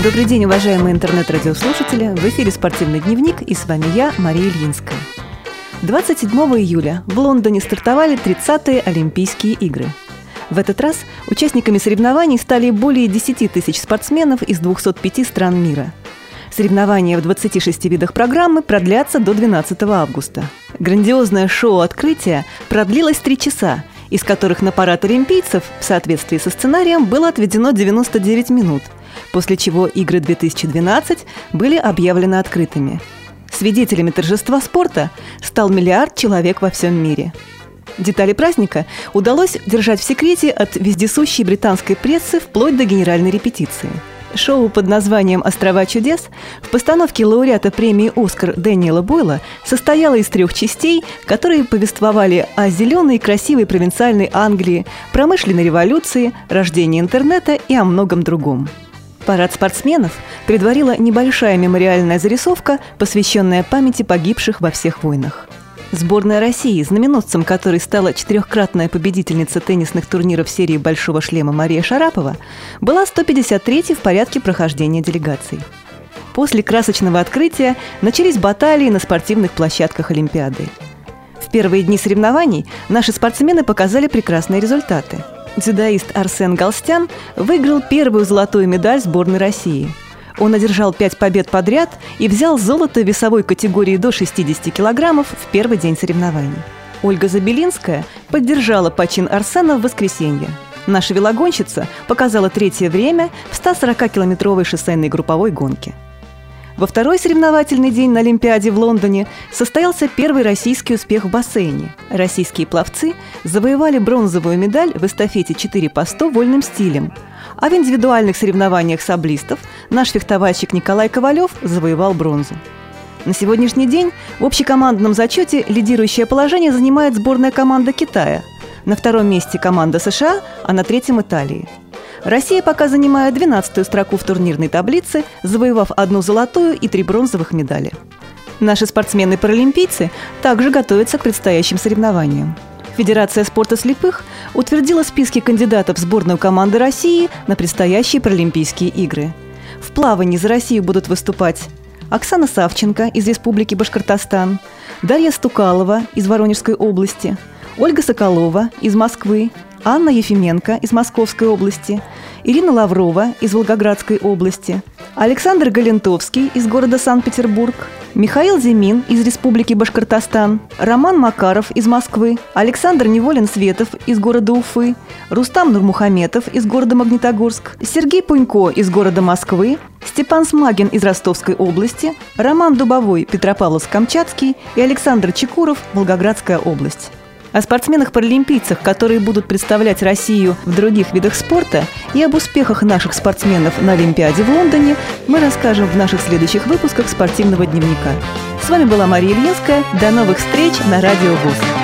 Добрый день, уважаемые интернет-радиослушатели! В эфире «Спортивный дневник» и с вами я, Мария Ильинская. 27 июля в Лондоне стартовали 30-е Олимпийские игры. В этот раз участниками соревнований стали более 10 тысяч спортсменов из 205 стран мира. Соревнования в 26 видах программы продлятся до 12 августа. Грандиозное шоу открытия продлилось 3 часа, из которых на парад олимпийцев в соответствии со сценарием было отведено 99 минут, после чего игры 2012 были объявлены открытыми. Свидетелями торжества спорта стал 1 миллиард человек во всем мире. Детали праздника удалось держать в секрете от вездесущей британской прессы вплоть до генеральной репетиции. Шоу под названием «Острова чудес» в постановке лауреата премии «Оскар» Дэниела Бойла состояло из 3 частей, которые повествовали о зеленой и красивой провинциальной Англии, промышленной революции, рождении интернета и о многом другом. Парад спортсменов предварила небольшая мемориальная зарисовка, посвященная памяти погибших во всех войнах. Сборная России, знаменосцем которой стала 4-кратная победительница теннисных турниров серии «Большого шлема» Мария Шарапова, была 153-й в порядке прохождения делегаций. После красочного открытия начались баталии на спортивных площадках Олимпиады. В первые дни соревнований наши спортсмены показали прекрасные результаты. Дзюдоист Арсен Галстян выиграл первую золотую медаль сборной России. Он одержал 5 побед подряд и взял золото в весовой категории до 60 килограммов в первый день соревнований. Ольга Забелинская поддержала почин Арсена в воскресенье. Наша велогонщица показала 3-е время в 140-километровой шоссейной групповой гонке. Во второй соревновательный день на Олимпиаде в Лондоне состоялся первый российский успех в бассейне. Российские пловцы завоевали бронзовую медаль в эстафете 4 по 100 вольным стилем. А в индивидуальных соревнованиях саблистов наш фехтовальщик Николай Ковалев завоевал бронзу. На сегодняшний день в общекомандном зачете лидирующее положение занимает сборная команда Китая. На 2-м месте команда США, а на 3-м Италии. Россия пока занимает 12-ю строку в турнирной таблице, завоевав 1 золотую и 3 бронзовых медали. Наши спортсмены-паралимпийцы также готовятся к предстоящим соревнованиям. Федерация спорта слепых утвердила списки кандидатов в сборную команды России на предстоящие Паралимпийские игры. В плавании за Россию будут выступать Оксана Савченко из Республики Башкортостан, Дарья Стукалова из Воронежской области, Ольга Соколова из Москвы, Анна Ефименко из Московской области, Ирина Лаврова из Волгоградской области, Александр Галентовский из города Санкт-Петербург, Михаил Зимин из Республики Башкортостан, Роман Макаров из Москвы, Александр Неволин-Светов из города Уфы, Рустам Нурмухаметов из города Магнитогорск, Сергей Пунько из города Москвы, Степан Смагин из Ростовской области, Роман Дубовой, Петропавловск-Камчатский и Александр Чекуров, Волгоградская область. О спортсменах-паралимпийцах, которые будут представлять Россию в других видах спорта, и об успехах наших спортсменов на Олимпиаде в Лондоне мы расскажем в наших следующих выпусках «Спортивного дневника». С вами была Мария Ильинская. До новых встреч на Радио ВОС.